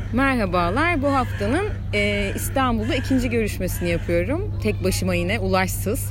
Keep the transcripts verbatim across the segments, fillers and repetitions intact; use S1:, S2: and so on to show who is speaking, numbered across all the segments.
S1: Merhabalar, bu haftanın e, İstanbul'da ikinci görüşmesini yapıyorum. Tek başıma yine, ulaşsız.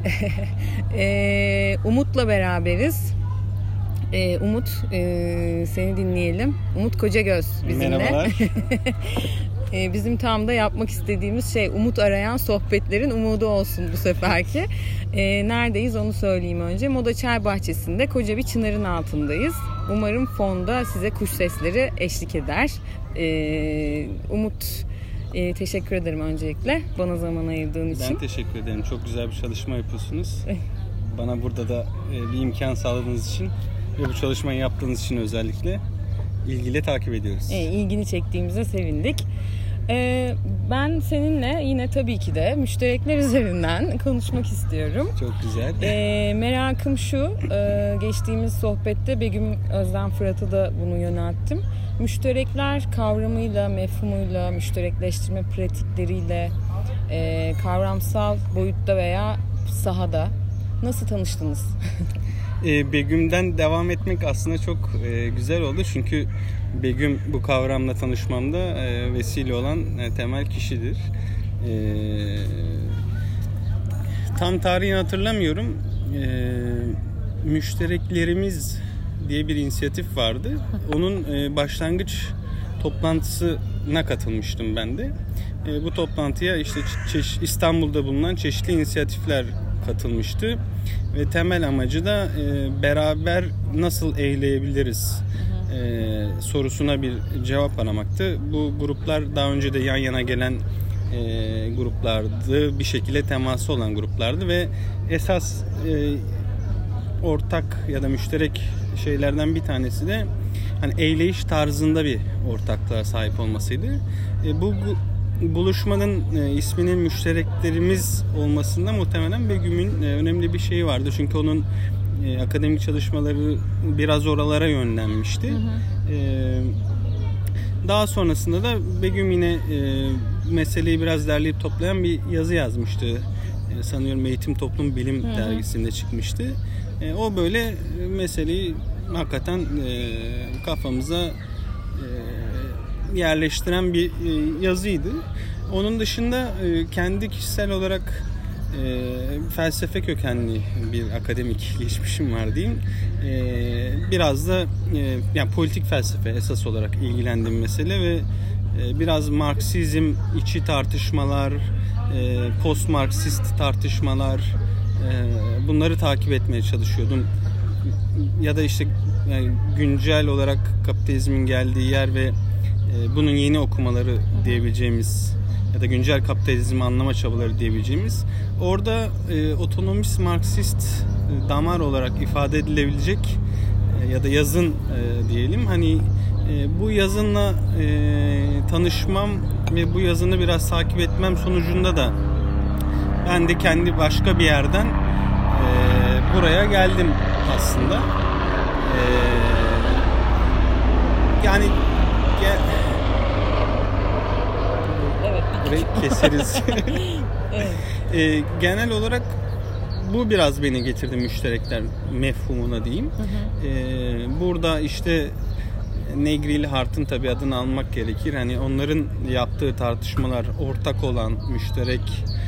S1: e, Umut'la beraberiz. E, Umut, e, seni dinleyelim. Umut Kocagöz bizimle.
S2: Merhabalar.
S1: e, bizim tam da yapmak istediğimiz şey, umut arayan sohbetlerin umudu olsun bu seferki. E, neredeyiz onu söyleyeyim önce. Moda Çay Bahçesi'nde koca bir çınarın altındayız. Umarım fonda size kuş sesleri eşlik eder. Ee, Umut, e, teşekkür ederim öncelikle bana zaman ayırdığın için.
S2: Ben teşekkür ederim. Çok güzel bir çalışma yapıyorsunuz. Bana burada da e, bir imkan sağladığınız için ve bu çalışmayı yaptığınız için özellikle ilgiyle takip ediyoruz.
S1: E, ilgini çektiğimize sevindik. E, ben seninle yine tabii ki de müşterekler üzerinden konuşmak istiyorum.
S2: Çok güzel.
S1: E, merakım şu, e, geçtiğimiz sohbette Begüm Özden Fırat'a da bunu yönelttim. Müşterekler kavramıyla, mefhumuyla, müşterekleştirme pratikleriyle, e, kavramsal boyutta veya sahada nasıl tanıştınız?
S2: e, Begüm'den devam etmek aslında çok e, güzel oldu. Çünkü Begüm bu kavramla tanışmamda e, vesile olan e, temel kişidir. E, tam tarihini hatırlamıyorum. E, müştereklerimiz diye bir inisiyatif vardı. Onun e, başlangıç toplantısına katılmıştım ben de. E, bu toplantıya işte çeş- İstanbul'da bulunan çeşitli inisiyatifler katılmıştı ve temel amacı da e, beraber nasıl eyleyebiliriz e, sorusuna bir cevap aramaktı. Bu gruplar daha önce de yan yana gelen e, gruplardı, bir şekilde teması olan gruplardı ve esas e, ortak ya da müşterek şeylerden bir tanesi de hani eyleyiş tarzında bir ortaklığa sahip olmasıydı. E, bu buluşmanın e, isminin müştereklerimiz olmasında muhtemelen Begüm'ün e, önemli bir şeyi vardı. Çünkü onun e, akademik çalışmaları biraz oralara yönlenmişti. Hı hı. E, daha sonrasında da Begüm yine e, meseleyi biraz derleyip toplayan bir yazı yazmıştı. E, sanıyorum Eğitim Toplum Bilim hı hı. dergisinde çıkmıştı. E, o böyle e, meseleyi hakikaten e, kafamıza e, yerleştiren bir e, yazıydı. Onun dışında e, kendi kişisel olarak e, felsefe kökenli bir akademik geçmişim var diyeyim. E, biraz da e, yani politik felsefe esas olarak ilgilendiğim mesele ve e, biraz Marksizm içi tartışmalar, e, post-Marksist tartışmalar, e, bunları takip etmeye çalışıyordum. Ya da işte yani güncel olarak kapitalizmin geldiği yer ve e, bunun yeni okumaları diyebileceğimiz ya da güncel kapitalizmi anlama çabaları diyebileceğimiz orada e, otonomist Marksist e, damar olarak ifade edilebilecek e, ya da yazın e, diyelim hani e, bu yazınla e, tanışmam ve bu yazını biraz takip etmem sonucunda da ben de kendi başka bir yerden e, buraya geldim aslında. Ee, yani ge-
S1: evet.
S2: Burayı keseriz.
S1: Evet.
S2: ee, genel olarak bu biraz beni getirdi müşterekler mefhumuna diyeyim. Hı hı. Ee, burada işte Negri ile Hart'ın tabii adını almak gerekir. Hani onların yaptığı tartışmalar ortak olan müşterek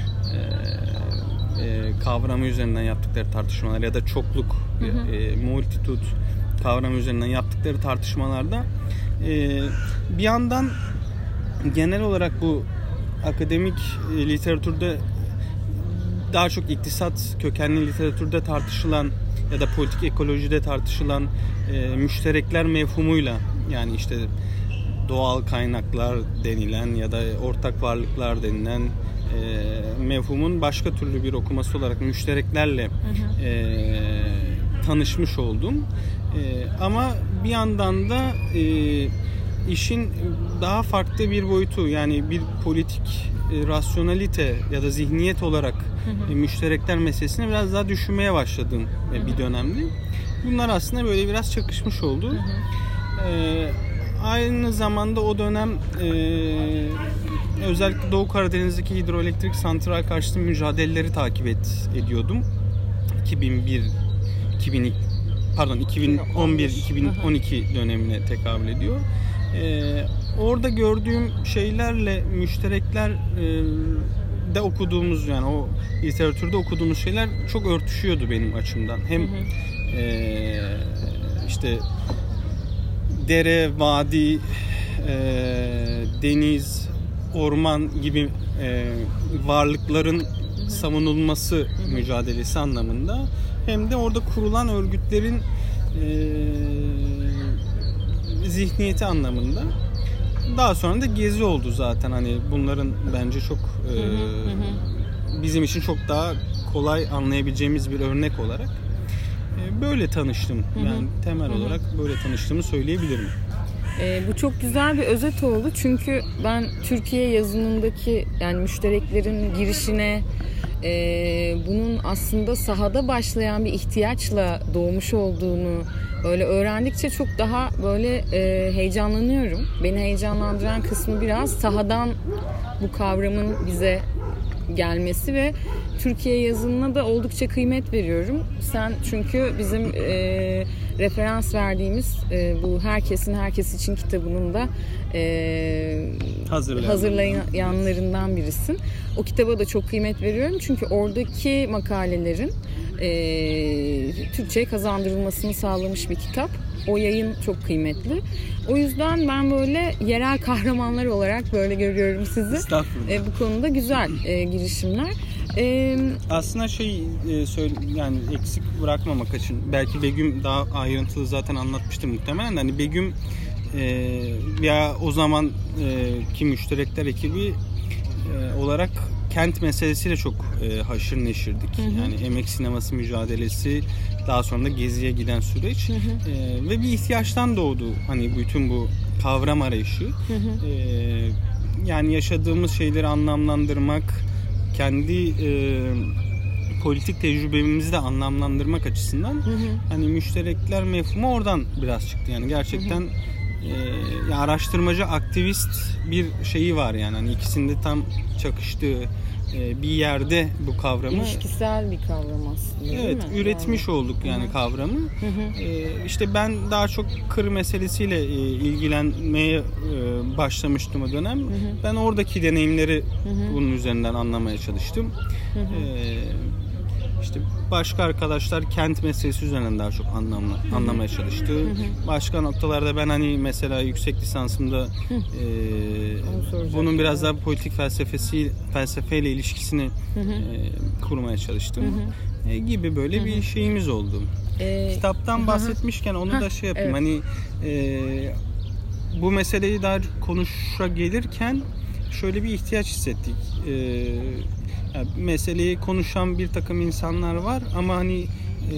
S2: e, e, kavramı üzerinden yaptıkları tartışmalar ya da çokluk, hı hı. E, multitude kavramı üzerinden yaptıkları tartışmalarda e, bir yandan genel olarak bu akademik e, literatürde daha çok iktisat kökenli literatürde tartışılan ya da politik ekolojide tartışılan e, müşterekler mefhumuyla yani işte doğal kaynaklar denilen ya da ortak varlıklar denilen e, mefhumun başka türlü bir okuması olarak müştereklerle hı hı. E, tanışmış oldum. E, ama bir yandan da e, işin daha farklı bir boyutu yani bir politik e, rasyonalite ya da zihniyet olarak hı hı. E, müşterekler meselesini biraz daha düşünmeye başladığım e, bir dönemdi. Bunlar aslında böyle biraz çakışmış oldu. Hı hı. E, aynı zamanda o dönem e, özellikle Doğu Karadeniz'deki hidroelektrik santral karşıtı mücadeleleri takip et, ediyordum. iki bin bir iki bin pardon iki bin on bir iki bin on iki dönemine tekabül ediyor. E, orada gördüğüm şeylerle müşterekler e, de okuduğumuz, yani o literatürde okuduğumuz şeyler çok örtüşüyordu benim açımdan. Hem hı hı. E, işte dere, vadi, e, deniz, orman gibi e, varlıkların hı hı. savunulması hı hı. mücadelesi anlamında, hem de orada kurulan örgütlerin e, zihniyeti anlamında. Daha sonra da Gezi oldu zaten. Hani bunların bence çok e, hı hı. bizim için çok daha kolay anlayabileceğimiz bir örnek olarak e, böyle tanıştım. Hı hı. Yani temel hı hı. olarak böyle tanıştığımı söyleyebilirim.
S1: E, bu çok güzel bir özet oldu. Çünkü ben Türkiye yazınındaki, yani müştereklerin girişine, e, bunun aslında sahada başlayan bir ihtiyaçla doğmuş olduğunu böyle öğrendikçe çok daha böyle e, heyecanlanıyorum. Beni heyecanlandıran kısmı biraz sahadan bu kavramın bize gelmesi ve Türkiye yazınına da oldukça kıymet veriyorum. Sen çünkü bizim e, referans verdiğimiz e, bu Herkesin Herkes için kitabının da e, hazırlayanlarından birisin. O kitaba da çok kıymet veriyorum çünkü oradaki makalelerin e, Türkçe'ye kazandırılmasını sağlamış bir kitap. O yayın çok kıymetli. O yüzden ben böyle yerel kahramanlar olarak böyle görüyorum sizi.
S2: Estağfurullah.
S1: E, bu konuda güzel e, girişimler. E,
S2: Aslında şey e, söyle, yani eksik bırakmamak için, belki Begüm daha ayrıntılı zaten anlatmıştır muhtemelen. Hani Begüm e, ya o zaman e, ki müşterekler ekibi e, olarak kent meselesiyle çok e, haşır neşirdik. Hı hı. Yani emek sineması mücadelesi, daha sonra da Gezi'ye giden süreç hı hı. E, ve bir ihtiyaçtan doğdu hani bütün bu kavram arayışı. Hı hı. E, yani yaşadığımız şeyleri anlamlandırmak, kendi e, politik tecrübemizi de anlamlandırmak açısından hı hı. hani müşterekler mefhumu oradan biraz çıktı. Yani gerçekten hı hı. E, araştırmacı, aktivist bir şeyi var yani. Hani ikisinde tam çakıştığı e, bir yerde bu kavramı.
S1: İlişkisel bir kavram aslında.
S2: Evet,
S1: değil mi?
S2: üretmiş
S1: yani.
S2: olduk yani hı-hı. kavramı.
S1: Hı-hı.
S2: E, işte ben daha çok kır meselesiyle e, ilgilenmeye e, başlamıştım o dönem. Hı-hı. Ben oradaki deneyimleri Hı-hı. bunun üzerinden anlamaya çalıştım. E, işte başka arkadaşlar kent meselesi üzerinden daha çok anlamla, Hı-hı. anlamaya çalıştı. Hı-hı. Başka noktalarda ben hani mesela yüksek lisansımda e, bunun biraz daha politik felsefesi felsefeyle ilişkisini e, kurmaya çalıştım. E, gibi böyle Hı-hı. bir şeyimiz oldu. Ee, Kitaptan Hı-hı. bahsetmişken onu da şey yapayım. Evet. Hani e, bu meseleyi daha konuşa gelirken şöyle bir ihtiyaç hissettik. E, Yani meseleyi konuşan bir takım insanlar var ama hani e,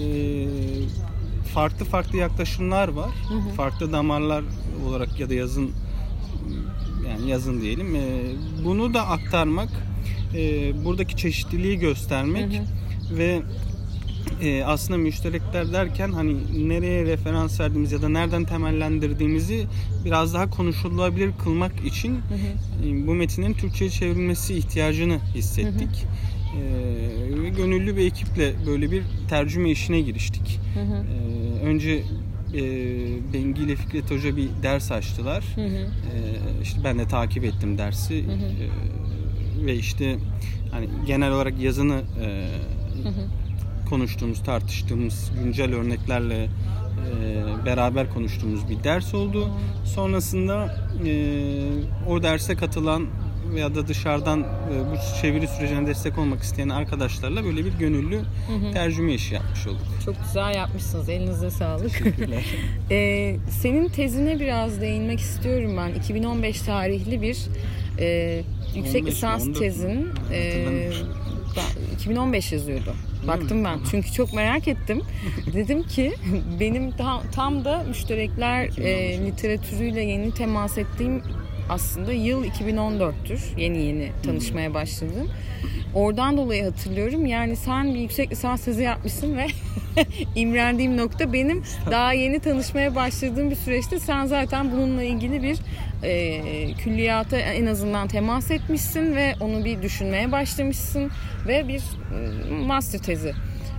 S2: farklı farklı yaklaşımlar var. Hı hı. Farklı damarlar olarak ya da yazın, yani yazın diyelim. E, bunu da aktarmak, e, buradaki çeşitliliği göstermek hı hı. ve e, aslında müşterekler derken hani nereye referans verdiğimiz ya da nereden temellendirdiğimizi biraz daha konuşulabilir kılmak için hı hı. E, bu metinin Türkçe'ye çevrilmesi ihtiyacını hissettik. Hı hı. E, ve gönüllü bir ekiple böyle bir tercüme işine giriştik. Hı hı. E, önce e, Bengi ile Fikret Hoca bir ders açtılar. Hı hı. E, işte ben de takip ettim dersi. Hı hı. E, ve işte hani genel olarak yazını e, hı hı. konuştuğumuz, tartıştığımız, güncel örneklerle e, beraber konuştuğumuz bir ders oldu. Sonrasında e, o derse katılan veya da dışarıdan e, bu çeviri sürecine destek olmak isteyen arkadaşlarla böyle bir gönüllü hı hı. tercüme işi yapmış olduk.
S1: Çok güzel yapmışsınız. Elinize sağlık. Teşekkürler. e, senin tezine biraz değinmek istiyorum ben. iki bin on beş tarihli bir e, yüksek lisans tezin e, iki bin on beş yazıyordu. Baktım ben. Çünkü çok merak ettim. Dedim ki benim tam, tam da müşterekler e, literatürüyle yeni temas ettiğim aslında yıl iki bin on dörttür. Yeni yeni tanışmaya başladım. Oradan dolayı hatırlıyorum. Yani sen bir yüksek lisans tezi yapmışsın ve imrendiğim nokta benim daha yeni tanışmaya başladığım bir süreçte sen zaten bununla ilgili bir e, külliyata en azından temas etmişsin ve onu bir düşünmeye başlamışsın ve bir e, master tezi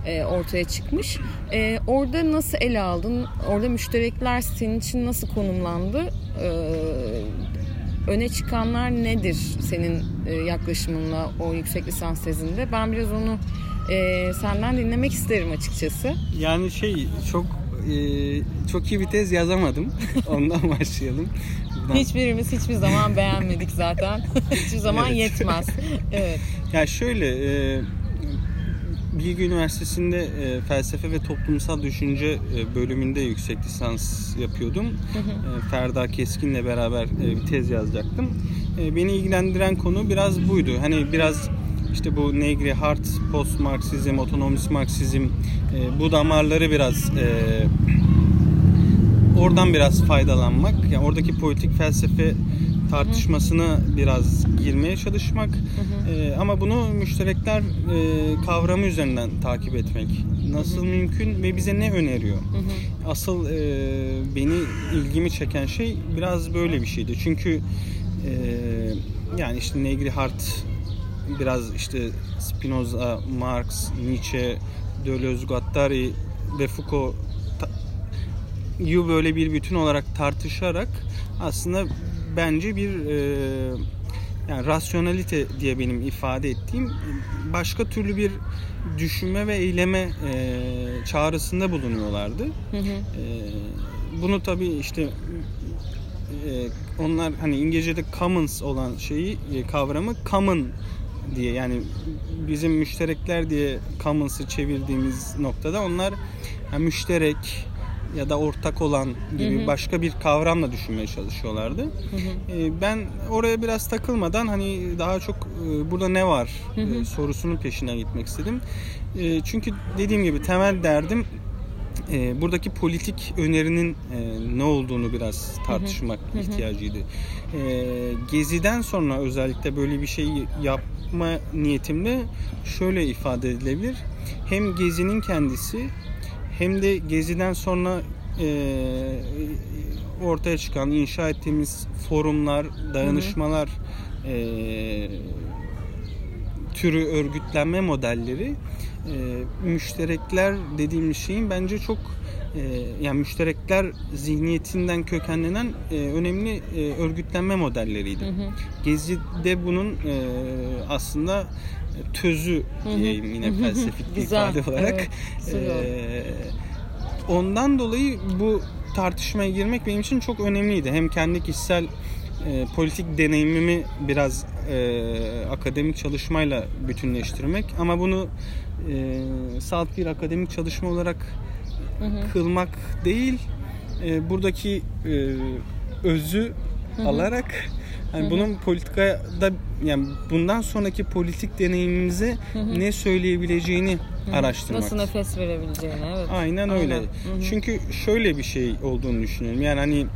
S1: e, ortaya çıkmış. E, orada nasıl ele aldın? Orada müşterekler senin için nasıl konumlandı? E, öne çıkanlar nedir senin e, yaklaşımınla o yüksek lisans tezinde? Ben biraz onu e, senden dinlemek isterim açıkçası.
S2: Yani şey çok e, çok iyi bir tez yazamadım. Ondan başlayalım. Buradan...
S1: Hiçbirimiz hiçbir zaman beğenmedik zaten. Hiçbir zaman evet. Yetmez. Evet.
S2: Ya şöyle e, Bilgi Üniversitesi'nde e, felsefe ve toplumsal düşünce e, bölümünde yüksek lisans yapıyordum. Hı hı. E, Ferda Keskin'le beraber e, bir tez yazacaktım. E, beni ilgilendiren konu biraz buydu. Hani biraz işte bu Negri, Hart, post-Marksizm, otonomist Marksizm e, bu damarları biraz e, oradan biraz faydalanmak. Yani oradaki politik felsefe tartışmasına hı hı. biraz girmeye çalışmak. Hı hı. E, ama bunu müşterekler e, kavramı üzerinden takip etmek nasıl hı hı. mümkün ve bize ne öneriyor? Hı hı. Asıl e, beni ilgimi çeken şey biraz böyle bir şeydi. Çünkü e, yani işte Negri, Hart, biraz işte Spinoza, Marx, Nietzsche, Deleuze, Guattari ve Foucault'u böyle bir bütün olarak tartışarak aslında bence bir e, yani rasyonalite diye benim ifade ettiğim başka türlü bir düşünme ve eyleme e, çağrısında bulunuyorlardı. Hı hı. E, bunu tabii işte e, onlar hani İngilizce'de commons olan şeyi e, kavramı common diye, yani bizim müşterekler diye commons'ı çevirdiğimiz noktada onlar yani müşterek ya da ortak olan gibi hı hı. başka bir kavramla düşünmeye çalışıyorlardı. Hı hı. Ee, ben oraya biraz takılmadan hani daha çok e, burada ne var hı hı. E, sorusunun peşine gitmek istedim. E, çünkü dediğim gibi temel derdim e, buradaki politik önerinin e, ne olduğunu biraz tartışmak hı hı. ihtiyacıydı. E, Gezi'den sonra özellikle böyle bir şey yapma niyetimde şöyle ifade edilebilir. Hem Gezi'nin kendisi hem de Gezi'den sonra e, ortaya çıkan, inşa ettiğimiz forumlar, dayanışmalar hı hı. E, türü örgütlenme modelleri e, müşterekler dediğimiz şeyin bence çok e, yani müşterekler zihniyetinden kökenlenen e, önemli e, örgütlenme modelleriydi. Hı hı. Gezi'de bunun e, aslında tözü diyeyim yine felsefik bir ifade olarak. Evet, ee, ondan dolayı bu tartışmaya girmek benim için çok önemliydi. Hem kendi kişisel e, politik deneyimimi biraz e, akademik çalışmayla bütünleştirmek ama bunu e, salt bir akademik çalışma olarak hı hı. kılmak değil, e, buradaki e, özü hı hı. alarak yani hı hı. bunun politikada yani bundan sonraki politik deneyimimize hı hı. ne söyleyebileceğini hı hı. araştırmak.
S1: Nasıl nefes verebileceğini, evet.
S2: Aynen öyle. Aynen. Hı hı. Çünkü şöyle bir şey olduğunu düşünüyorum. Yani hani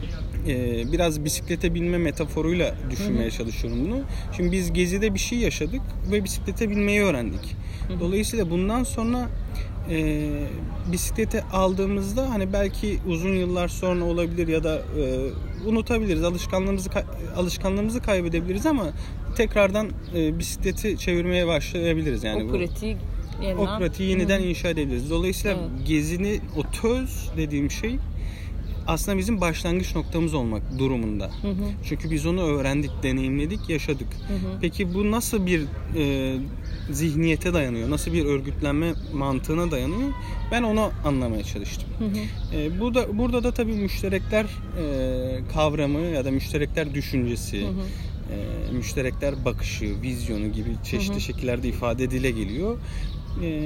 S2: e, biraz bisiklete binme metaforuyla düşünmeye hı hı. çalışıyorum bunu. Şimdi biz Gezi'de bir şey yaşadık ve bisiklete binmeyi öğrendik. Hı hı. Dolayısıyla bundan sonra e, bisiklete aldığımızda hani belki uzun yıllar sonra olabilir ya da e, unutabiliriz, alışkanlığımızı alışkanlığımızı kaybedebiliriz ama tekrardan e, bisikleti çevirmeye başlayabiliriz yani.
S1: O pratiği yeniden,
S2: o pratiği yeniden inşa edebiliriz. Dolayısıyla evet. Gezi'ni, o töz dediğim şey aslında bizim başlangıç noktamız olmak durumunda. Hı hı. Çünkü biz onu öğrendik, deneyimledik, yaşadık. Hı hı. Peki bu nasıl bir e, zihniyete dayanıyor? Nasıl bir örgütlenme mantığına dayanıyor? Ben onu anlamaya çalıştım. Hı hı. E, burada, burada da tabii müşterekler e, kavramı ya da müşterekler düşüncesi, hı hı. E, müşterekler bakışı, vizyonu gibi çeşitli hı hı. şekillerde ifade edile geliyor. E,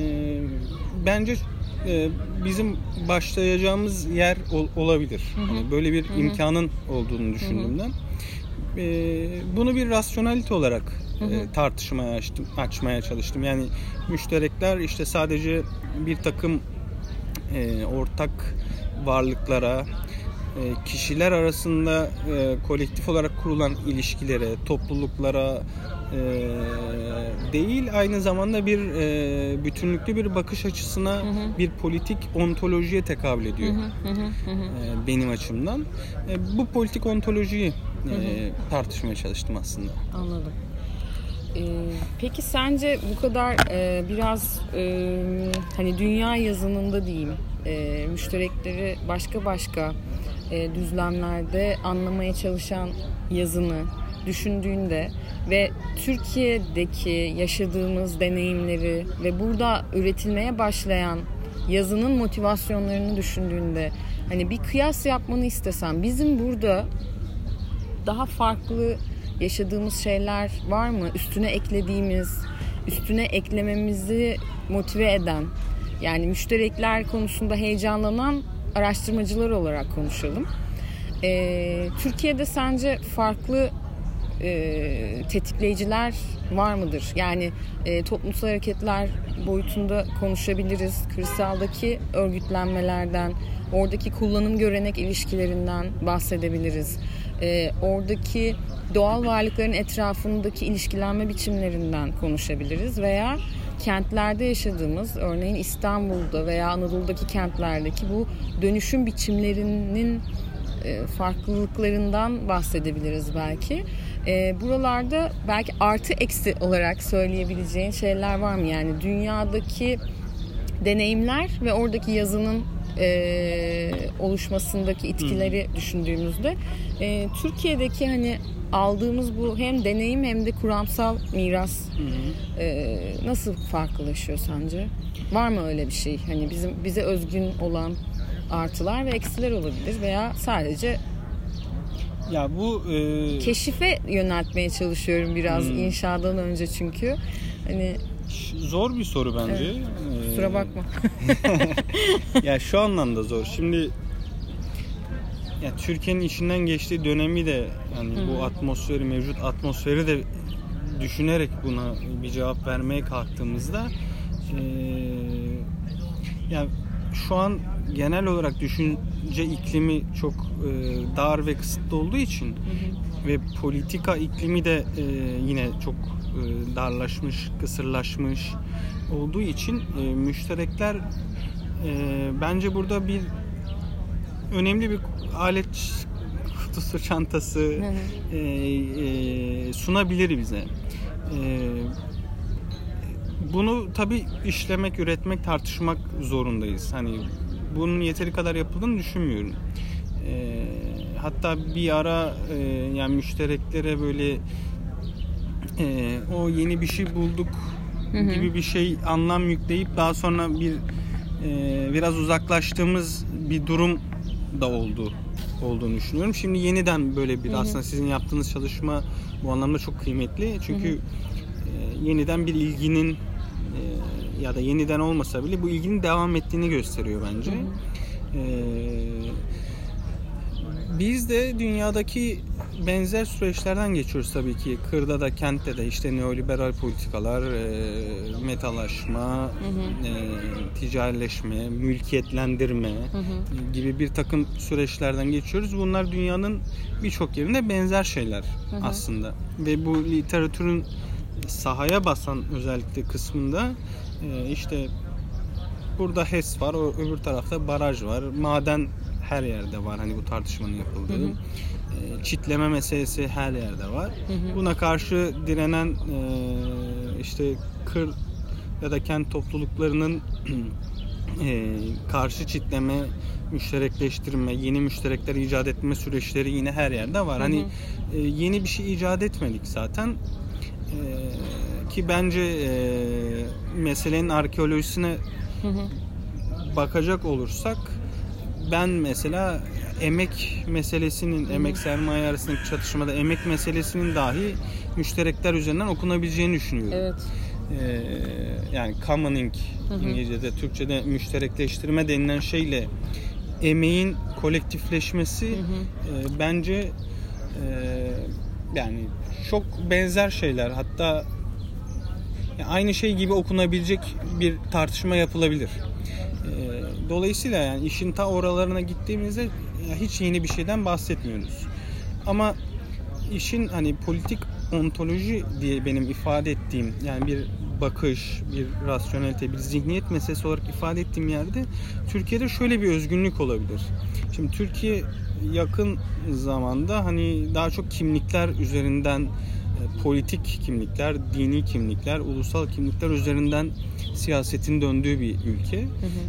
S2: bence e, bizim başlayacağımız yer ol, olabilir. Hı hı. Hani böyle bir hı hı. imkanın olduğunu düşündüğümden. Hı hı. E, bunu bir rasyonalite olarak hı hı. E, tartışmaya açtım, açmaya çalıştım. Yani müşterekler işte sadece bir takım e, ortak varlıklara, e, kişiler arasında e, kolektif olarak kurulan ilişkilere, topluluklara e, değil, aynı zamanda bir e, bütünlüklü bir bakış açısına, hı hı. bir politik ontolojiye tekabül ediyor. Hı hı hı hı. E, benim açımdan. E, bu politik ontolojiyi e, hı hı. tartışmaya çalıştım aslında.
S1: Anladım. Ee, peki sence bu kadar e, biraz e, hani dünya yazınında diyeyim e, müşterekleri başka başka e, düzlemlerde anlamaya çalışan yazını düşündüğünde ve Türkiye'deki yaşadığımız deneyimleri ve burada üretilmeye başlayan yazının motivasyonlarını düşündüğünde hani bir kıyas yapmanı istesem bizim burada daha farklı yaşadığımız şeyler var mı? Üstüne eklediğimiz, üstüne eklememizi motive eden, yani müşterekler konusunda heyecanlanan araştırmacılar olarak konuşalım. Ee, Türkiye'de sence farklı e, tetikleyiciler var mıdır? Yani e, toplumsal hareketler boyutunda konuşabiliriz. Kırsaldaki örgütlenmelerden, oradaki kullanım görenek ilişkilerinden bahsedebiliriz. E, oradaki doğal varlıkların etrafındaki ilişkilenme biçimlerinden konuşabiliriz veya kentlerde yaşadığımız, örneğin İstanbul'da veya Anadolu'daki kentlerdeki bu dönüşüm biçimlerinin e, farklılıklarından bahsedebiliriz belki. E, buralarda belki artı eksi olarak söyleyebileceğin şeyler var mı? Yani dünyadaki deneyimler ve oradaki yazının e, oluşmasındaki etkileri hmm. düşündüğümüzde e, Türkiye'deki hani aldığımız bu hem deneyim hem de kuramsal miras hmm. e, nasıl farklılaşıyor sence? Var mı öyle bir şey? Hani bizim bize özgün olan artılar ve eksiler olabilir veya sadece
S2: ya bu e...
S1: keşife yöneltmeye çalışıyorum biraz hmm. inşadan önce çünkü hani
S2: zor bir soru bence.
S1: Evet. Ee... Kusura bakma.
S2: Ya şu anlamda zor. Şimdi ya Türkiye'nin içinden geçtiği dönemi de yani hmm. bu atmosferi, mevcut atmosferi de düşünerek buna bir cevap vermeye kalktığımızda e... yani şu an genel olarak düşünce iklimi çok e, dar ve kısıtlı olduğu için hı hı. ve politika iklimi de e, yine çok e, darlaşmış, kısırlaşmış olduğu için e, müşterekler e, bence burada bir önemli bir alet kutusu, çantası hı hı. E, e, sunabilir bize. E, Bunu tabii işlemek, üretmek, tartışmak zorundayız. Hani bunun yeteri kadar yapıldığını düşünmüyorum. E, hatta bir ara e, yani müştereklere böyle e, o yeni bir şey bulduk hı hı. gibi bir şey anlam yükleyip daha sonra bir e, biraz uzaklaştığımız bir durum da oldu olduğunu düşünüyorum. Şimdi yeniden böyle bir hı hı. aslında sizin yaptığınız çalışma bu anlamda çok kıymetli. Çünkü hı hı. E, yeniden bir ilginin ya da yeniden olmasa bile bu ilginin devam ettiğini gösteriyor bence. Hı hı. Ee, biz de dünyadaki benzer süreçlerden geçiyoruz tabii ki. Kırda da kentte de işte neoliberal politikalar, e, metalaşma, hı hı. E, ticarileşme, mülkiyetlendirme hı hı. gibi bir takım süreçlerden geçiyoruz. Bunlar dünyanın birçok yerinde benzer şeyler hı hı. aslında. Ve bu literatürün sahaya basan özellikle kısmında işte burada H E S var, o öbür tarafta baraj var, maden her yerde var hani bu tartışmanın yapıldığı. Hı hı. Çitleme meselesi her yerde var. Hı hı. Buna karşı direnen işte kır ya da kent topluluklarının karşı çitleme, müşterekleştirme, yeni müşterekler icat etme süreçleri yine her yerde var. Hı hı. Hani yeni bir şey icat etmedik zaten. Ee, ki bence e, meselenin arkeolojisine hı hı. bakacak olursak ben mesela emek meselesinin, hı hı. emek sermaye arasındaki çatışmada emek meselesinin dahi müşterekler üzerinden okunabileceğini düşünüyorum. Evet. Ee, yani commoning hı hı. İngilizce'de, Türkçe'de müşterekleştirme denilen şeyle emeğin kolektifleşmesi hı hı. E, bence e, yani çok benzer şeyler. Hatta aynı şey gibi okunabilecek bir tartışma yapılabilir. Dolayısıyla yani işin ta oralarına gittiğimizde hiç yeni bir şeyden bahsetmiyoruz. Ama işin hani politik ontoloji diye benim ifade ettiğim yani bir bakış, bir rasyonelite, bir zihniyet meselesi olarak ifade ettiğim yerde Türkiye'de şöyle bir özgünlük olabilir. Şimdi Türkiye yakın zamanda hani daha çok kimlikler üzerinden politik kimlikler, dini kimlikler, ulusal kimlikler üzerinden siyasetin döndüğü bir ülke. Hı hı.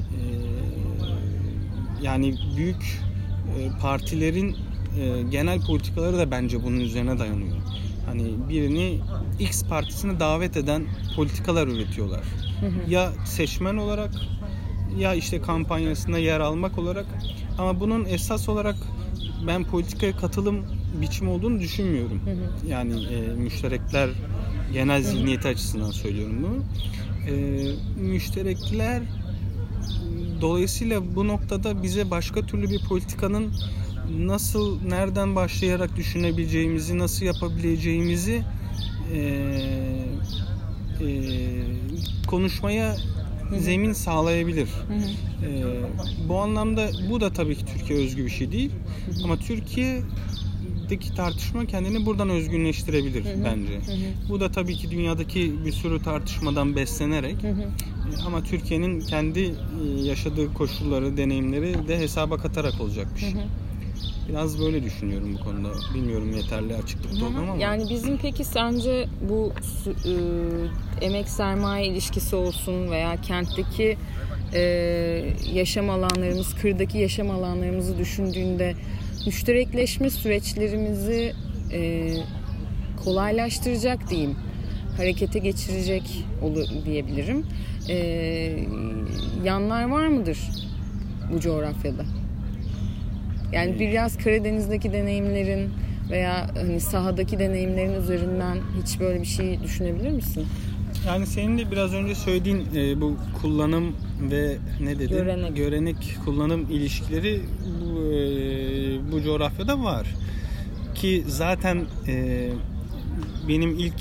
S2: Yani büyük partilerin genel politikaları da bence bunun üzerine dayanıyor. Hani birini X partisine davet eden politikalar üretiyorlar. Hı hı. Ya seçmen olarak ya işte kampanyasında yer almak olarak, ama bunun esas olarak ben politikaya katılım biçimi olduğunu düşünmüyorum. Hı hı. Yani e, müşterekler genel zihniyeti hı hı. açısından söylüyorum bunu. E, müşterekler dolayısıyla bu noktada bize başka türlü bir politikanın nasıl, nereden başlayarak düşünebileceğimizi, nasıl yapabileceğimizi e, e, konuşmaya Hı-hı. zemin sağlayabilir. Ee, bu anlamda bu da tabii ki Türkiye özgü bir şey değil. Hı-hı. Ama Türkiye'deki tartışma kendini buradan özgünleştirebilir Hı-hı. bence. Hı-hı. Bu da tabii ki dünyadaki bir sürü tartışmadan beslenerek Hı-hı. ama Türkiye'nin kendi yaşadığı koşulları, deneyimleri de hesaba katarak olacak bir şey. Hı-hı. Biraz böyle düşünüyorum bu konuda. Bilmiyorum yeterli açıklıkta oldum ama.
S1: Yani bizim peki sence bu e, emek sermaye ilişkisi olsun veya kentteki e, yaşam alanlarımız, kırdaki yaşam alanlarımızı düşündüğünde müşterekleşme süreçlerimizi e, kolaylaştıracak diyeyim, harekete geçirecek olur diyebilirim. E, yanlar var mıdır bu coğrafyada? Yani biraz Karadeniz'deki deneyimlerin veya hani sahadaki deneyimlerin üzerinden hiç böyle bir şey düşünebilir misin?
S2: Yani senin de biraz önce söylediğin e, bu kullanım ve ne dedin?
S1: Görenek.
S2: Görenek kullanım ilişkileri bu, e, bu coğrafyada var. Ki zaten e, benim ilk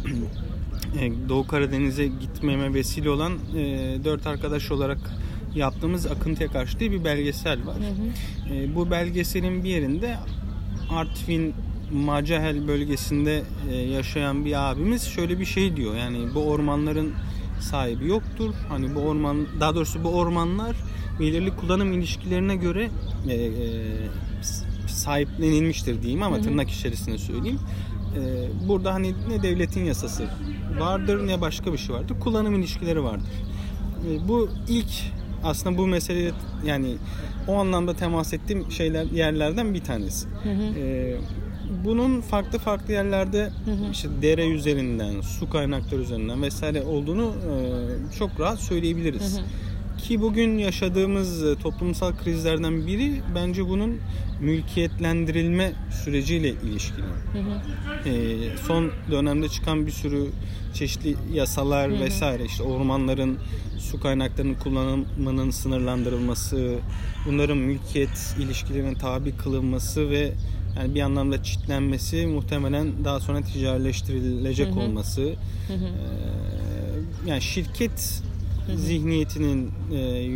S2: e, Doğu Karadeniz'e gitmeme vesile olan e, dört arkadaş olarak yaptığımız Akıntıya Karşı diye bir belgesel var. Hı hı. E, bu belgeselin bir yerinde Artvin Macahel bölgesinde e, yaşayan bir abimiz şöyle bir şey diyor. Yani bu ormanların sahibi yoktur. Hani bu orman, daha doğrusu bu ormanlar belirli kullanım ilişkilerine göre e, e, sahiplenilmiştir diyeyim ama hı hı. tırnak içerisinde söyleyeyim. E, burada hani ne devletin yasası vardır ne başka bir şey vardır. Kullanım ilişkileri vardır. E, bu ilk aslında bu meseleye yani o anlamda temas ettiğim şeyler yerlerden bir tanesi. Hı hı. Ee, bunun farklı farklı yerlerde hı hı. işte dere üzerinden, su kaynakları üzerinden vesaire olduğunu e, çok rahat söyleyebiliriz. Hı hı. Ki bugün yaşadığımız toplumsal krizlerden biri bence bunun mülkiyetlendirilme süreciyle ilişkili. Hı hı. Ee, son dönemde çıkan bir sürü çeşitli yasalar hı hı. vesaire, işte ormanların, su kaynaklarının kullanımının sınırlandırılması, bunların mülkiyet ilişkilerine tabi kılınması ve yani bir anlamda çitlenmesi, muhtemelen daha sonra ticarileştirilecek hı hı. olması. Hı hı. Ee, yani şirket hı hı. zihniyetinin e, e,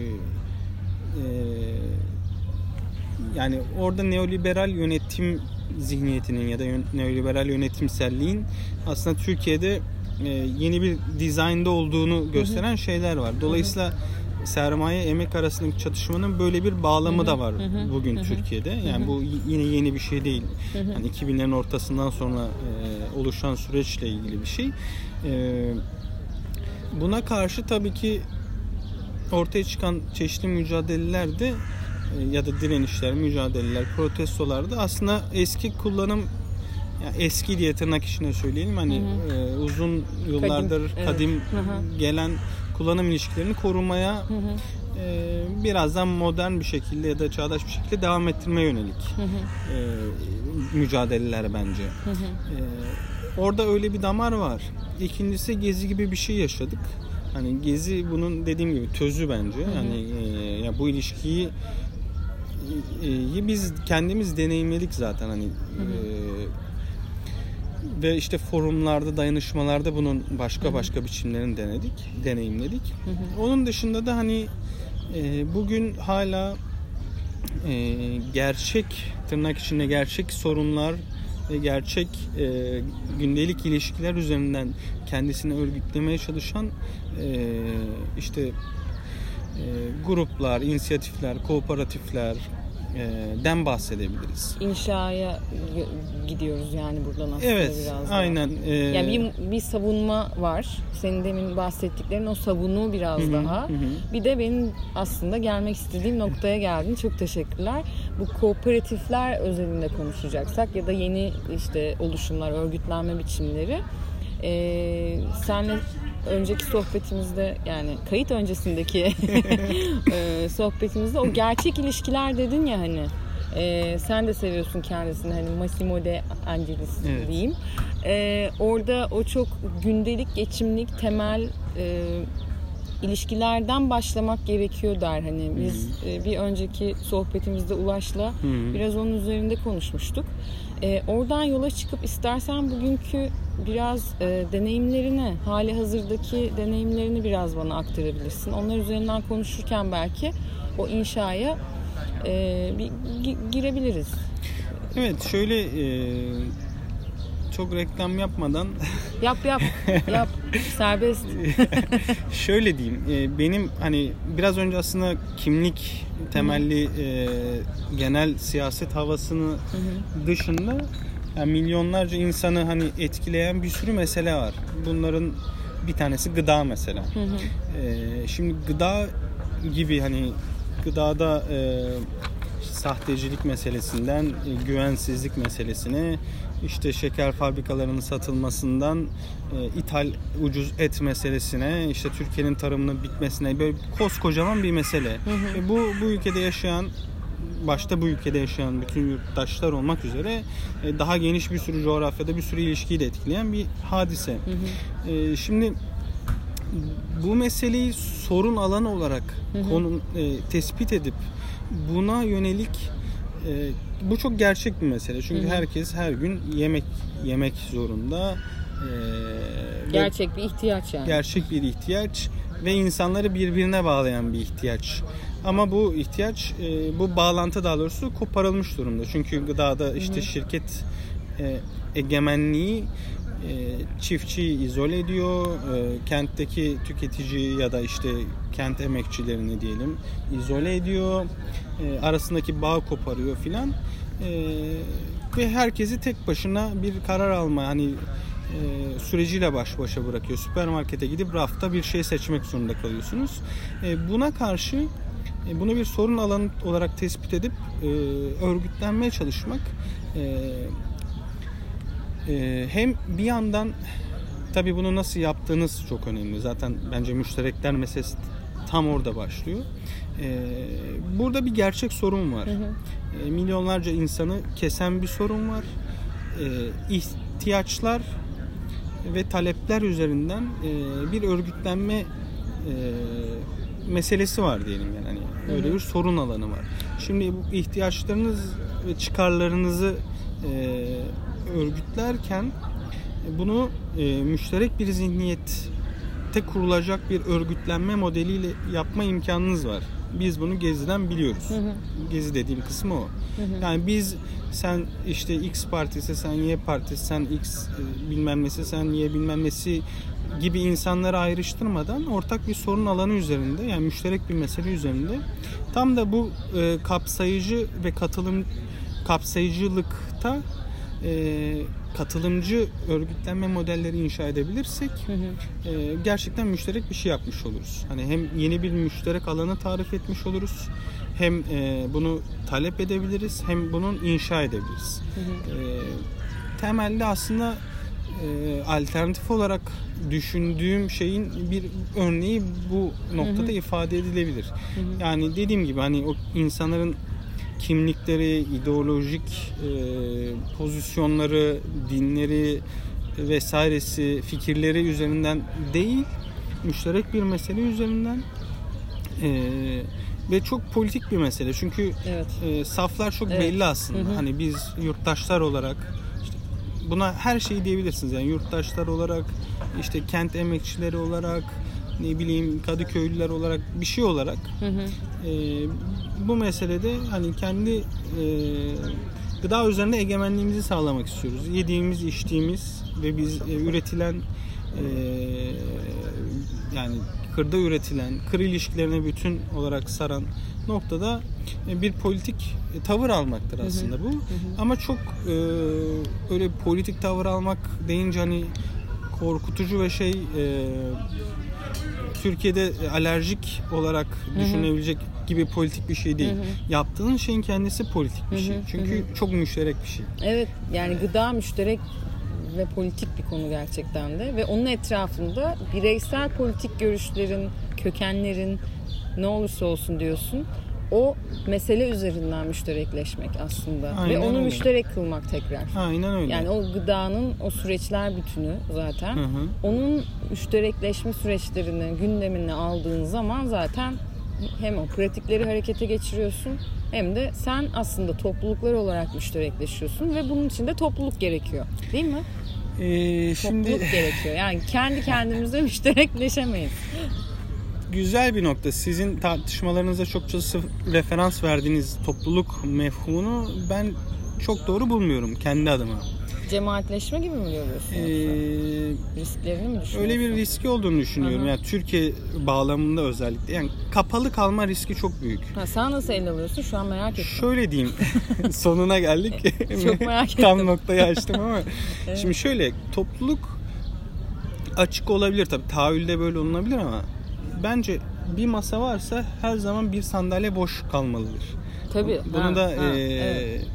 S2: yani orada neoliberal yönetim zihniyetinin ya da neoliberal yönetimselliğin aslında Türkiye'de e, yeni bir dizaynda olduğunu gösteren hı hı. şeyler var. Dolayısıyla hı hı. sermaye emek arasındaki çatışmanın böyle bir bağlamı hı hı. da var hı hı. bugün hı hı. Türkiye'de. Yani hı hı. bu yine yeni bir şey değil. Hı hı. Yani iki binlerin ortasından sonra e, oluşan süreçle ilgili bir şey. E, buna karşı tabii ki ortaya çıkan çeşitli mücadeleler de ya da direnişler, mücadeleler, protestolar da aslında eski kullanım, yani eski diye tırnak içinde söyleyelim hani hı hı. E, uzun yıllardır kadim, kadim evet. gelen kullanım ilişkilerini korumaya hı hı. E, birazdan modern bir şekilde ya da çağdaş bir şekilde devam ettirmeye yönelik hı hı. E, mücadeleler bence. Hı hı. E, orada öyle bir damar var. İkincisi Gezi gibi bir şey yaşadık. Hani Gezi bunun dediğim gibi tözü bence. Hı hı. Yani e, ya bu ilişkiyi e, biz kendimiz deneyimledik zaten hani. Hı hı. E, ve işte forumlarda, dayanışmalarda bunun başka hı hı. başka biçimlerini denedik, deneyimledik. Hı hı. Onun dışında da hani e, bugün hala e, gerçek, tırnak içinde gerçek sorunlar ve gerçek e, gündelik ilişkiler üzerinden kendisini örgütlemeye çalışan e, işte e, gruplar, inisiyatifler, kooperatifler, den bahsedebiliriz.
S1: İnşaya gidiyoruz yani buradan aslında
S2: evet,
S1: biraz.
S2: Aynen.
S1: Ee... Yani bir, bir savunma var. Senin demin bahsettiklerin o savunu biraz hı-hı, daha. Hı-hı. Bir de benim aslında gelmek istediğim noktaya geldin. Çok teşekkürler. Bu kooperatifler özelinde konuşacaksak ya da yeni işte oluşumlar, örgütlenme biçimleri. Ee, senle önceki sohbetimizde yani kayıt öncesindeki e, sohbetimizde o gerçek ilişkiler dedin ya hani e, sen de seviyorsun kendisini hani Massimo de Angelis evet. diyeyim. E, orada o çok gündelik, geçimlik, temel e, ilişkilerden başlamak gerekiyor der hani biz e, bir önceki sohbetimizde Ulaş'la Hı-hı. biraz onun üzerinde konuşmuştuk. E, oradan yola çıkıp istersen bugünkü biraz e, deneyimlerini, hali hazırdaki deneyimlerini biraz bana aktarabilirsin. Onlar üzerinden konuşurken belki o inşaya e, bir gi- girebiliriz.
S2: Evet, şöyle e, çok reklam yapmadan
S1: yap yap yap serbest.
S2: Şöyle diyeyim, e, benim hani biraz önce aslında kimlik temelli e, genel siyaset havasını Hı-hı. dışında yani milyonlarca insanı hani etkileyen bir sürü mesele var. Bunların bir tanesi gıda mesela. Hı hı. Ee, şimdi gıda gibi hani gıdada e, sahtecilik meselesinden e, güvensizlik meselesine işte şeker fabrikalarının satılmasından e, ithal ucuz et meselesine işte Türkiye'nin tarımının bitmesine böyle koskocaman bir mesele. Hı hı. E, bu bu ülkede yaşayan başta bu ülkede yaşayan bütün yurttaşlar olmak üzere daha geniş bir sürü coğrafyada bir sürü ilişkiyi de etkileyen bir hadise. Hı hı. Şimdi bu meseleyi sorun alanı olarak hı hı. konu e, tespit edip buna yönelik e, bu çok gerçek bir mesele. Çünkü hı hı. herkes her gün yemek yemek zorunda.
S1: E, gerçek bir ihtiyaç yani.
S2: Gerçek bir ihtiyaç ve insanları birbirine bağlayan bir ihtiyaç. Ama bu ihtiyaç, e, bu bağlantı daha doğrusu koparılmış durumda. Çünkü gıdada işte Hı-hı. şirket e, egemenliği e, çiftçiyi izole ediyor. E, kentteki tüketici ya da işte kent emekçilerini diyelim izole ediyor. E, arasındaki bağ koparıyor filan. E, ve herkesi tek başına bir karar alma hani e, süreciyle baş başa bırakıyor. Süpermarkete gidip rafta bir şey seçmek zorunda kalıyorsunuz. E, buna karşı bunu bir sorun alanı olarak tespit edip e, örgütlenmeye çalışmak e, e, hem bir yandan tabii bunu nasıl yaptığınız çok önemli. Zaten bence müşterekler meselesi tam orada başlıyor. E, burada bir gerçek sorun var. Hı hı. E, milyonlarca insanı kesen bir sorun var. E, ihtiyaçlar ve talepler üzerinden e, bir örgütlenme e, meselesi var diyelim yani. Hani öyle bir sorun alanı var. Şimdi bu ihtiyaçlarınız ve çıkarlarınızı e, örgütlerken bunu e, müşterek bir zihniyette kurulacak bir örgütlenme modeliyle yapma imkanınız var. Biz bunu Gezi'den biliyoruz. Hı hı. Gezi dediğim kısmı o. Hı hı. Yani biz sen işte X partisi, sen Y partisi, sen X e, bilmem nesi, sen Y bilmem nesi gibi insanları ayrıştırmadan ortak bir sorun alanı üzerinde yani müşterek bir mesele üzerinde tam da bu e, kapsayıcı ve katılım kapsayıcılıkta e, katılımcı örgütlenme modelleri inşa edebilirsek hı hı. E, gerçekten müşterek bir şey yapmış oluruz. Hani hem yeni bir müşterek alanı tarif etmiş oluruz, hem e, bunu talep edebiliriz, hem bunun inşa edebiliriz. Hı hı. E, temelde aslında e, alternatif olarak düşündüğüm şeyin bir örneği bu noktada hı hı. ifade edilebilir. Hı hı. Yani dediğim gibi hani o insanların kimlikleri, ideolojik e, pozisyonları, dinleri vesairesi, fikirleri üzerinden değil, müşterek bir mesele üzerinden e, ve çok politik bir mesele. Çünkü evet. e, saflar çok evet. belli aslında. Hı hı. Hani biz yurttaşlar olarak işte buna her şeyi diyebilirsiniz. Yani yurttaşlar olarak, işte kent emekçileri olarak, ne bileyim Kadıköylüler olarak, bir şey olarak hı hı. E, bu meselede hani kendi e, gıda üzerinde egemenliğimizi sağlamak istiyoruz. Yediğimiz, içtiğimiz ve biz e, üretilen yani kırda üretilen, kır ilişkilerine bütün olarak saran noktada bir politik tavır almaktır aslında bu. Hı hı. Ama çok e, öyle politik tavır almak deyince hani korkutucu ve şey e, Türkiye'de alerjik olarak hı hı. düşünebilecek gibi politik bir şey değil. Hı hı. Yaptığın şeyin kendisi politik bir şey. Hı hı. Çünkü hı hı. çok müşterek bir şey.
S1: Evet, yani gıda müşterek ve politik bir konu gerçekten de ve onun etrafında bireysel politik görüşlerin, kökenlerin ne olursa olsun diyorsun. O mesele üzerinden müşterekleşmek aslında. Aynen ve onu öyle. Müşterek kılmak tekrar.
S2: Aynen öyle.
S1: Yani o gıdanın o süreçler bütünü zaten. Hı hı. Onun müşterekleşme süreçlerini gündemine aldığın zaman zaten hem o pratikleri harekete geçiriyorsun hem de sen aslında topluluklar olarak müşterekleşiyorsun ve bunun için de topluluk gerekiyor. Değil mi?
S2: Ee, şimdi...
S1: Topluluk gerekiyor. Yani kendi kendimize müşterekleşemeyiz.
S2: Güzel bir nokta. Sizin tartışmalarınızda çokça referans verdiğiniz topluluk mefhumunu ben çok doğru bulmuyorum kendi adıma.
S1: Cemaatleşme gibi mi görüyorsunuz? Ee, Risklerini mi düşünüyorsun?
S2: Öyle bir riski olduğunu düşünüyorum. Hı-hı. Yani Türkiye bağlamında özellikle. Yani kapalı kalma riski çok büyük.
S1: Ha, sen nasıl ele alıyorsun? Şu an merak ettim.
S2: Şöyle diyeyim. Sonuna geldik.
S1: Çok merak ettim.
S2: Tam noktayı açtım ama. Evet. Şimdi şöyle, topluluk açık olabilir tabii. Tahayyülde böyle olunabilir ama bence bir masa varsa her zaman bir sandalye boş kalmalıdır.
S1: Tabii.
S2: Bunu
S1: ha,
S2: da
S1: ha,
S2: e,
S1: evet.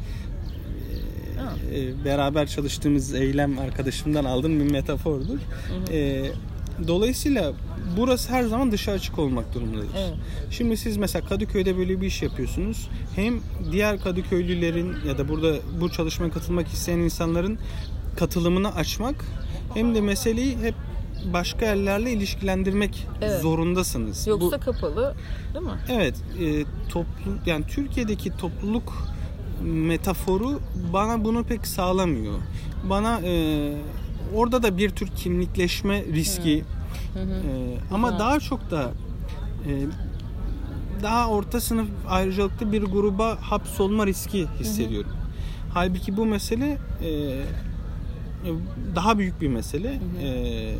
S2: e, beraber çalıştığımız eylem arkadaşımdan aldığım bir metafordur. Hı hı. E, dolayısıyla burası her zaman dışa açık olmak durumundadır. Evet. Şimdi siz mesela Kadıköy'de böyle bir iş yapıyorsunuz. Hem diğer Kadıköylülerin ya da burada bu çalışmaya katılmak isteyen insanların katılımını açmak hem de meseleyi hep başka yerlerle ilişkilendirmek evet. zorundasınız.
S1: Yoksa bu, kapalı, değil mi?
S2: Evet, e, toplu yani Türkiye'deki topluluk metaforu bana bunu pek sağlamıyor. Bana e, orada da bir tür kimlikleşme riski. Hı hı. E, ama daha çok da e, daha orta sınıf ayrıcalıklı bir gruba hapsolma riski hissediyorum. Hı hı. Halbuki bu mesele e, daha büyük bir mesele. Hı hı. Ee,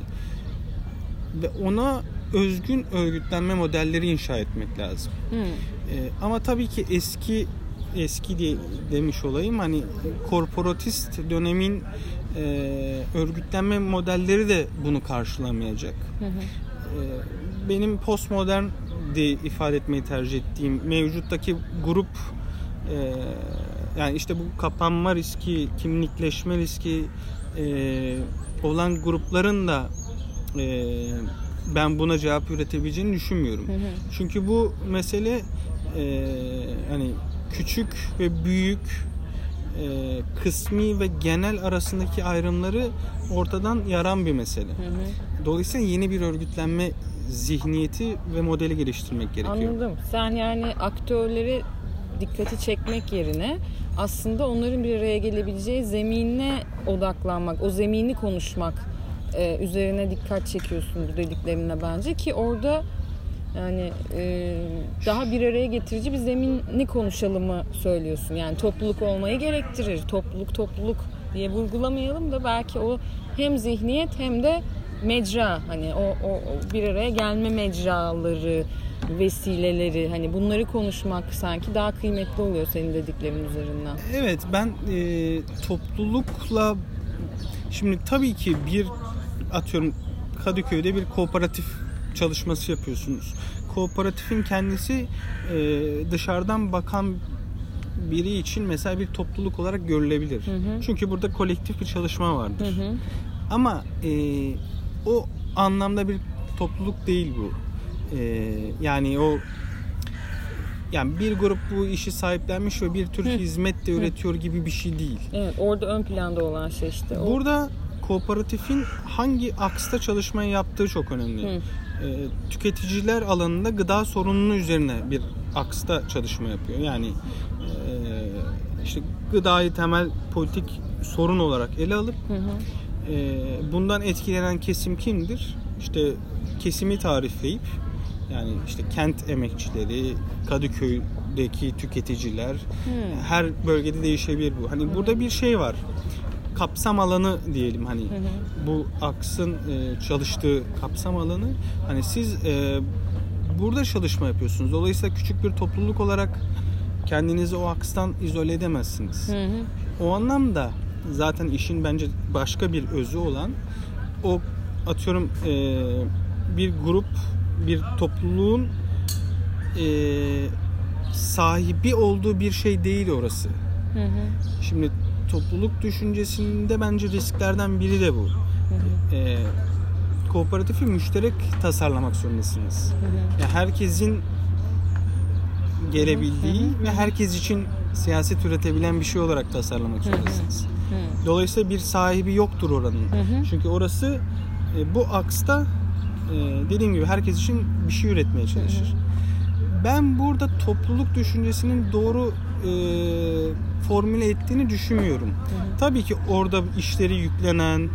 S2: ve ona özgün örgütlenme modelleri inşa etmek lazım. Hı. Ee, ama tabii ki eski eski diye demiş olayım, hani korporatist dönemin e, örgütlenme modelleri de bunu karşılamayacak. Hı hı. Ee, benim postmodern diye ifade etmeyi tercih ettiğim mevcuttaki grup e, yani işte bu kapanma riski, kimlikleşme riski e, olan grupların da e, ben buna cevap üretebileceğini düşünmüyorum. Hı hı. Çünkü bu mesele e, hani küçük ve büyük, e, kısmi ve genel arasındaki ayrımları ortadan yaran bir mesele. Hı hı. Dolayısıyla yeni bir örgütlenme zihniyeti ve modeli geliştirmek gerekiyor.
S1: Anladım. Sen yani aktörleri dikkati çekmek yerine aslında onların bir araya gelebileceği zeminine odaklanmak, o zemini konuşmak e, üzerine dikkat çekiyorsun bu dediklerine bence ki orada yani e, daha bir araya getirici bir zemini konuşalımı söylüyorsun. Yani topluluk olmayı gerektirir. Topluluk topluluk diye vurgulamayalım da belki o hem zihniyet hem de mecra, hani o, o, o bir araya gelme mecraları, vesileleri, hani bunları konuşmak sanki daha kıymetli oluyor senin dediklerin üzerinden.
S2: Evet, ben e, toplulukla şimdi tabii ki bir atıyorum Kadıköy'de bir kooperatif çalışması yapıyorsunuz. Kooperatifin kendisi e, dışarıdan bakan biri için mesela bir topluluk olarak görülebilir. Hı hı. Çünkü burada kolektif bir çalışma vardır. Hı hı. Ama e, o anlamda bir topluluk değil bu. Ee, yani o yani bir grup bu işi sahiplenmiş ve bir tür Hı. hizmet de üretiyor gibi bir şey değil.
S1: Evet, orada ön planda olan şey işte. O.
S2: Burada kooperatifin hangi aksta çalışmayı yaptığı çok önemli. Ee, tüketiciler alanında gıda sorununu üzerine bir aksta çalışma yapıyor. Yani e, işte gıdayı temel politik sorun olarak ele alıp hı hı. E, bundan etkilenen kesim kimdir? İşte kesimi tarifleyip yani işte kent emekçileri, Kadıköy'deki tüketiciler, hmm. her bölgede değişebilir bu. Hani hmm. burada bir şey var. kapsam alanı diyelim hani
S1: Hı hı.
S2: bu aksın e, çalıştığı kapsam alanı. Hani siz e, burada çalışma yapıyorsunuz. Dolayısıyla küçük bir topluluk olarak kendinizi o akstan izole edemezsiniz.
S1: Hı hı.
S2: O anlamda zaten işin bence başka bir özü olan o atıyorum e, bir grup, bir topluluğun e, sahibi olduğu bir şey değil orası.
S1: Hı hı.
S2: Şimdi topluluk düşüncesinde bence risklerden biri de bu.
S1: Hı hı.
S2: E, kooperatifi müşterek tasarlamak zorundasınız.
S1: Hı hı.
S2: Yani herkesin gelebildiği
S1: Hı hı.
S2: ve herkes için siyaset üretebilen bir şey olarak tasarlamak zorundasınız.
S1: Hı hı.
S2: Dolayısıyla bir sahibi yoktur oranın.
S1: Hı hı.
S2: Çünkü orası e, bu aksta e, dediğim gibi herkes için bir şey üretmeye çalışır. Hı hı. Ben burada topluluk düşüncesinin doğru e, formüle ettiğini düşünmüyorum. Hı hı. Tabii ki orada işleri yüklenen,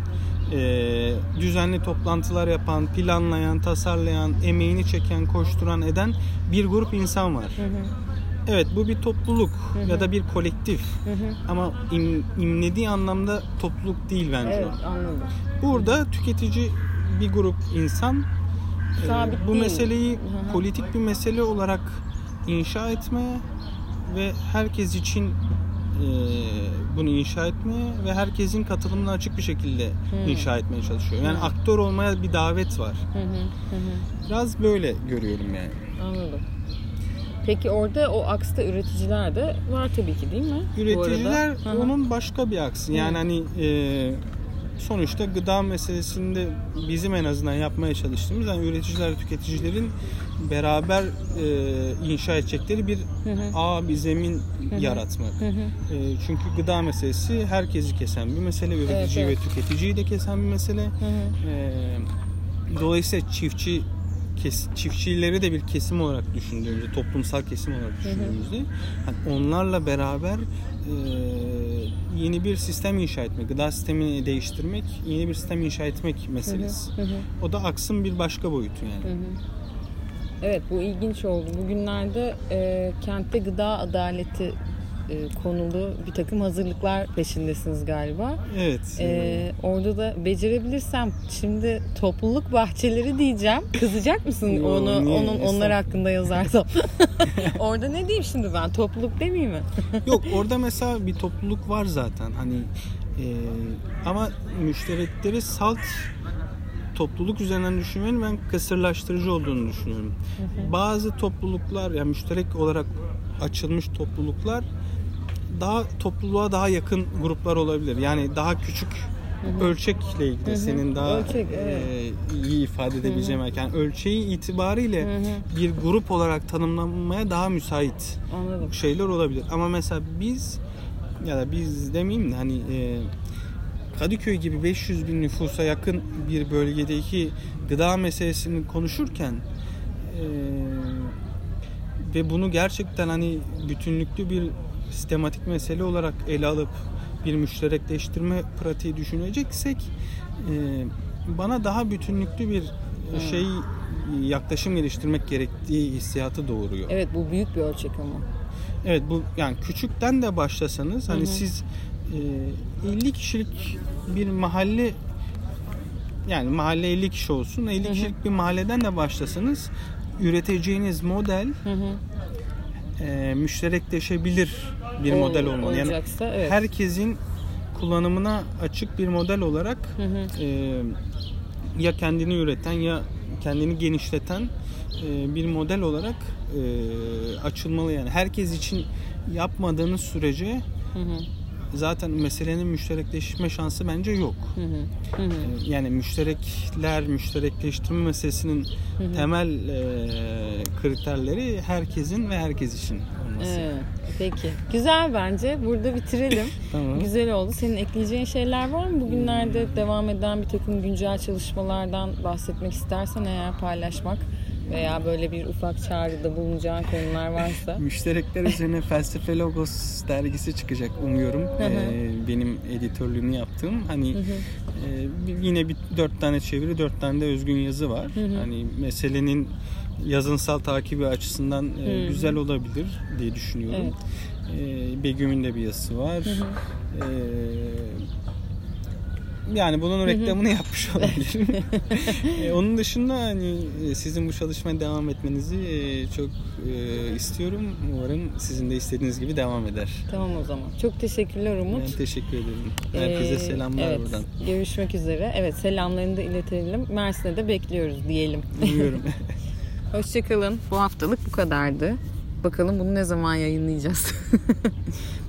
S2: e, düzenli toplantılar yapan, planlayan, tasarlayan, emeğini çeken, koşturan, eden bir grup insan var. Hı hı. Evet, bu bir topluluk hı hı. ya da bir kolektif. Hı hı. Ama im, imlediği anlamda topluluk değil bence.
S1: Evet, anladım.
S2: Burada tüketici bir grup insan
S1: Sabit
S2: bu
S1: değil.
S2: meseleyi
S1: Hı hı.
S2: politik bir mesele olarak inşa etmeye ve herkes için e, bunu inşa etmeye ve herkesin katılımına açık bir şekilde hı. inşa etmeye çalışıyor. Yani hı. aktör olmaya bir davet var. Hı hı. Hı. Biraz böyle görüyorum yani.
S1: Anladım. Peki orada o aksta üreticiler de var tabii ki değil mi?
S2: Üreticiler onun başka bir aksı. Yani hı. hani e, sonuçta gıda meselesinde bizim en azından yapmaya çalıştığımız yani üreticiler, tüketicilerin beraber e, inşa edecekleri bir hı hı. ağ, bir zemin hı hı. yaratmak. Hı hı. E, çünkü gıda meselesi herkesi kesen bir mesele. Üreticiyi evet, evet. ve tüketiciyi de kesen bir mesele. Hı hı. E, dolayısıyla çiftçi Kes, çiftçileri de bir kesim olarak düşündüğümüzde, toplumsal kesim olarak düşündüğümüzde hani onlarla beraber e, yeni bir sistem inşa etmek, gıda sistemini değiştirmek, yeni bir sistem inşa etmek meselesi. Hı hı hı. O da aksın bir başka boyutu yani. Hı hı.
S1: Evet, bu ilginç oldu. Bugünlerde e, kentte gıda adaleti e, konulu bir takım hazırlıklar peşindesiniz galiba.
S2: Evet.
S1: E, orada da becerebilirsem şimdi topluluk bahçeleri diyeceğim. Kızacak mısın Yo, onu niye? onun onlar hakkında yazarsam? Orada ne diyeyim şimdi ben? Topluluk demeyeyim mi?
S2: Yok, orada mesela bir topluluk var zaten. Hani e, ama müşterekleri salt topluluk üzerinden düşünmenin ben kısırlaştırıcı olduğunu düşünüyorum. Hı hı. Bazı topluluklar yani müşterek olarak açılmış topluluklar daha topluluğa daha yakın gruplar olabilir. Yani daha küçük hı hı. ölçekle ilgili hı hı. senin daha Ölçek, evet. e, iyi ifade edebileceğim. Hı hı. Yani ölçeği itibariyle hı hı. bir grup olarak tanımlanmaya daha müsait Anladım. şeyler olabilir. Ama mesela biz ya da biz demeyeyim de hani e, Kadıköy gibi beş yüz bin nüfusa yakın bir bölgedeki gıda meselesini konuşurken e, ve bunu gerçekten hani bütünlüklü bir sistematik mesele olarak ele alıp bir müşterekleştirme pratiği düşüneceksek e, bana daha bütünlüklü bir hmm. şey yaklaşım geliştirmek gerektiği hissiyatı doğuruyor.
S1: Evet, bu büyük bir ölçek ama.
S2: Evet, bu yani küçükten de başlasanız hani hı hı. siz e, elli kişilik bir mahalle yani mahalle elli kişi olsun elli hı hı. kişilik bir mahalleden de başlasanız üreteceğiniz model hı hı. E, müşterekleşebilir bir o, model olmalı. Yani evet. herkesin kullanımına açık bir model olarak hı hı. E, ya kendini üreten ya kendini genişleten e, bir model olarak e, açılmalı. Yani herkes için yapmadığınız sürece hı hı. zaten meselenin müşterekleşme şansı bence yok. Hı hı. Hı hı. Yani müşterekler, müşterekleştirme meselesinin hı hı. temel e, kriterleri herkesin ve herkes için olması.
S1: Evet, peki. Güzel bence. Burada bitirelim. Tamam. Güzel oldu. Senin ekleyeceğin şeyler var mı? Bugünlerde hmm. devam eden bir takım güncel çalışmalardan bahsetmek istersen eğer paylaşmak veya böyle bir ufak çağrıda bulunacağın konular varsa.
S2: Müşterekler üzerine Felsefe Logos dergisi çıkacak umuyorum. ee, benim editörlüğünü yaptığım. Hani e, yine bir dört tane çeviri, dört tane de özgün yazı var. Hı hı. Hani meselenin yazınsal takibi açısından e, güzel olabilir diye düşünüyorum. Evet. E, Begüm'ün de bir yazısı var. Hı hı. E, Yani bunun reklamını yapmış olabilirim. e, onun dışında hani sizin bu çalışmaya devam etmenizi e, çok e, istiyorum. Umarım sizin de istediğiniz gibi devam eder.
S1: Tamam o zaman. Çok teşekkürler Umut.
S2: Ben teşekkür ederim. Herkese ee, selamlar
S1: evet,
S2: buradan.
S1: Görüşmek üzere. Evet, selamlarını da iletelim. Mersin'e de bekliyoruz diyelim.
S2: Biliyorum.
S1: Hoşçakalın. Bu haftalık bu kadardı. Bakalım bunu ne zaman yayınlayacağız.